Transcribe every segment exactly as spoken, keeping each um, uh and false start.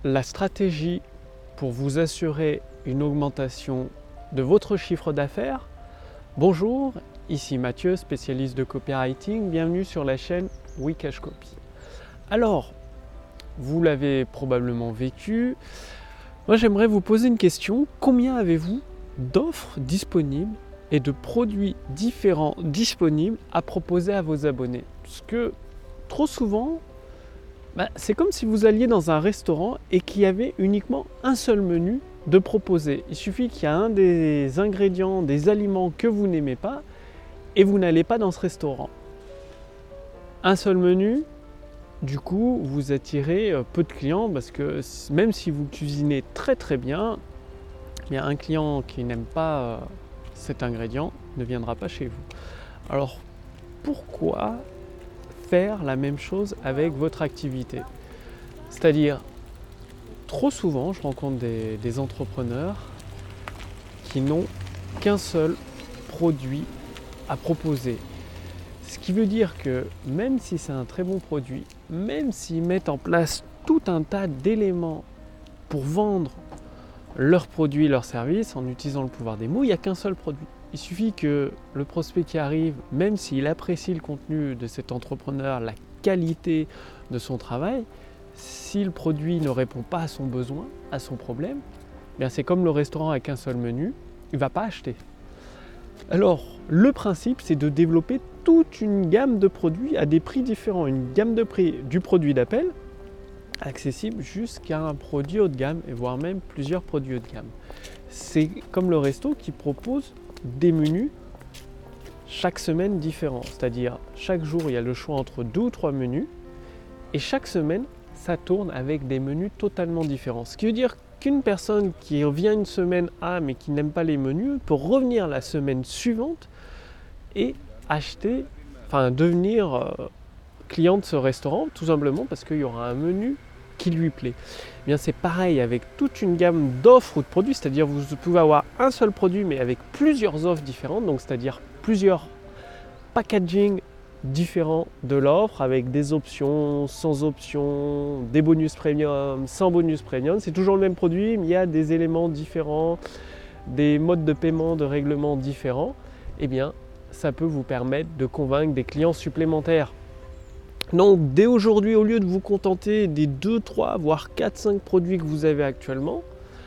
la stratégie pour vous assurer une augmentation de votre chiffre d'affaires. Bonjour, ici Mathieu, spécialiste de copywriting. Bienvenue sur la chaîne Wikash Copy. Alors, vous l'avez probablement vécu. Moi, j'aimerais vous poser une question. Combien avez-vous d'offres disponibles et de produits différents disponibles à proposer à vos abonnés? Parce que trop souvent, bah, c'est comme si vous alliez dans un restaurant et qu'il y avait uniquement un seul menu de proposer. Il suffit qu'il y ait un des ingrédients, des aliments que vous n'aimez pas et vous n'allez pas dans ce restaurant. Un seul menu, du coup, vous attirez peu de clients parce que même si vous cuisinez très très bien, il y a un client qui n'aime pas cet ingrédient ne viendra pas chez vous. Alors, pourquoi faire la même chose avec votre activité? C'est-à-dire, trop souvent, je rencontre des, des entrepreneurs qui n'ont qu'un seul produit à proposer. Ce qui veut dire que même si c'est un très bon produit, même s'ils mettent en place tout un tas d'éléments pour vendre leurs produits, leurs services, en utilisant le pouvoir des mots, il n'y a qu'un seul produit. Il suffit que le prospect qui arrive, même s'il apprécie le contenu de cet entrepreneur, la qualité de son travail, si le produit ne répond pas à son besoin, à son problème, eh bien c'est comme le restaurant avec un seul menu, il ne va pas acheter. Alors, le principe, c'est de développer toute une gamme de produits à des prix différents, une gamme de prix du produit d'appel, accessible jusqu'à un produit haut de gamme, et voire même plusieurs produits haut de gamme. C'est comme le resto qui propose des menus chaque semaine différents, c'est-à-dire chaque jour il y a le choix entre deux ou trois menus et chaque semaine ça tourne avec des menus totalement différents. Ce qui veut dire qu'une personne qui vient une semaine A mais qui n'aime pas les menus peut revenir la semaine suivante et acheter, enfin devenir euh, client de ce restaurant tout simplement parce qu'il y aura un menu qui lui plaît. Eh bien c'est pareil avec toute une gamme d'offres ou de produits, c'est-à-dire vous pouvez avoir un seul produit mais avec plusieurs offres différentes, donc c'est-à-dire plusieurs packaging différents de l'offre avec des options, sans options, des bonus premium, sans bonus premium. C'est toujours le même produit mais il y a des éléments différents, des modes de paiement, de règlement différents. Eh bien ça peut vous permettre de convaincre des clients supplémentaires. Donc dès aujourd'hui, au lieu de vous contenter des deux, trois, voire quatre, cinq produits que vous avez actuellement,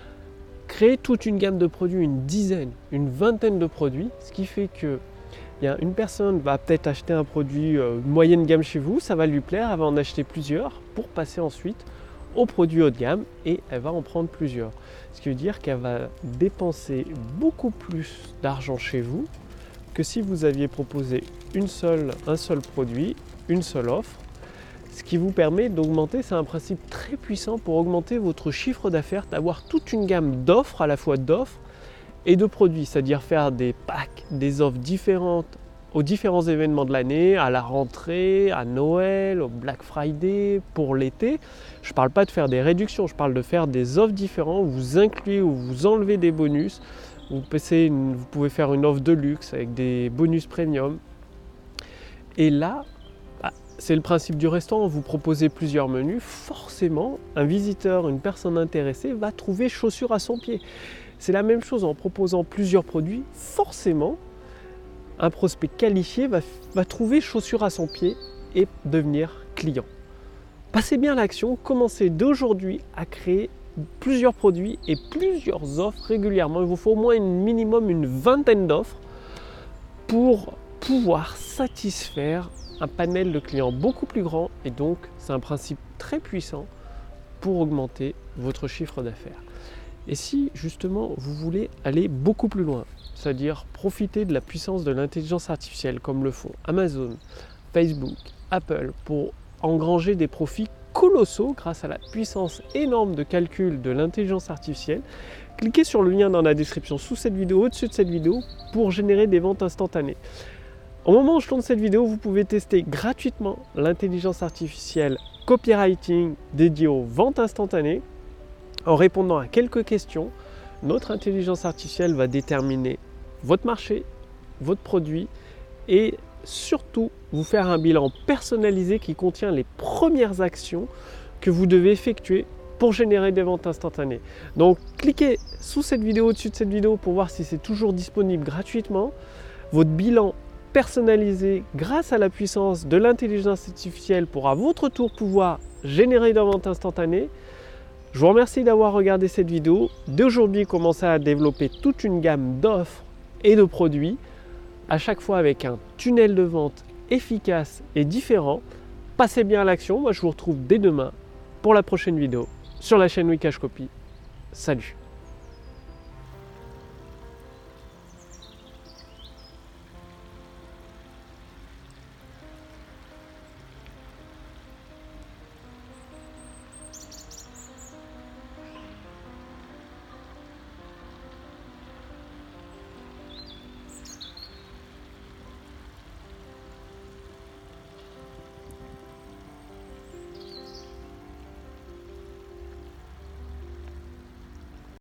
créez toute une gamme de produits, une dizaine, une vingtaine de produits, ce qui fait que bien, une personne va peut-être acheter un produit euh, moyenne gamme chez vous, ça va lui plaire, elle va en acheter plusieurs pour passer ensuite au produit haut de gamme et elle va en prendre plusieurs. Ce qui veut dire qu'elle va dépenser beaucoup plus d'argent chez vous que si vous aviez proposé une seule, un seul produit, une seule offre, ce qui vous permet d'augmenter, c'est un principe très puissant pour augmenter votre chiffre d'affaires, d'avoir toute une gamme d'offres, à la fois d'offres et de produits, c'est-à-dire faire des packs, des offres différentes aux différents événements de l'année, à la rentrée, à Noël, au Black Friday, pour l'été. Je ne parle pas de faire des réductions, je parle de faire des offres différentes où vous incluez ou vous enlevez des bonus. Vous pouvez faire une offre de luxe avec des bonus premium. Et là, bah, c'est le principe du restaurant. Vous proposez plusieurs menus. Forcément, un visiteur, une personne intéressée va trouver chaussure à son pied. C'est la même chose en proposant plusieurs produits. Forcément, un prospect qualifié va, va trouver chaussure à son pied et devenir client. Passez bien l'action. Commencez d'aujourd'hui à créer plusieurs produits et plusieurs offres régulièrement. Il vous faut au moins une minimum une vingtaine d'offres pour pouvoir satisfaire un panel de clients beaucoup plus grand et donc c'est un principe très puissant pour augmenter votre chiffre d'affaires. Et si justement vous voulez aller beaucoup plus loin, c'est-à-dire profiter de la puissance de l'intelligence artificielle comme le font Amazon, Facebook, Apple pour engranger des profits colossaux grâce à la puissance énorme de calcul de l'intelligence artificielle, cliquez sur le lien dans la description sous cette vidéo, au-dessus de cette vidéo pour générer des ventes instantanées. Au moment où je tourne cette vidéo, vous pouvez tester gratuitement l'intelligence artificielle copywriting dédiée aux ventes instantanées. En répondant à quelques questions, notre intelligence artificielle va déterminer votre marché, votre produit et surtout vous faire un bilan personnalisé qui contient les premières actions que vous devez effectuer pour générer des ventes instantanées. Donc cliquez sous cette vidéo, au-dessus de cette vidéo pour voir si c'est toujours disponible gratuitement. Votre bilan personnalisé grâce à la puissance de l'intelligence artificielle pour à votre tour pouvoir générer des ventes instantanées. Je vous remercie d'avoir regardé cette vidéo. D'aujourd'hui, commencez à développer toute une gamme d'offres et de produits, à chaque fois avec un tunnel de vente efficace et différent. Passez bien à l'action. Moi, je vous retrouve dès demain pour la prochaine vidéo sur la chaîne Wikash Copy. Salut!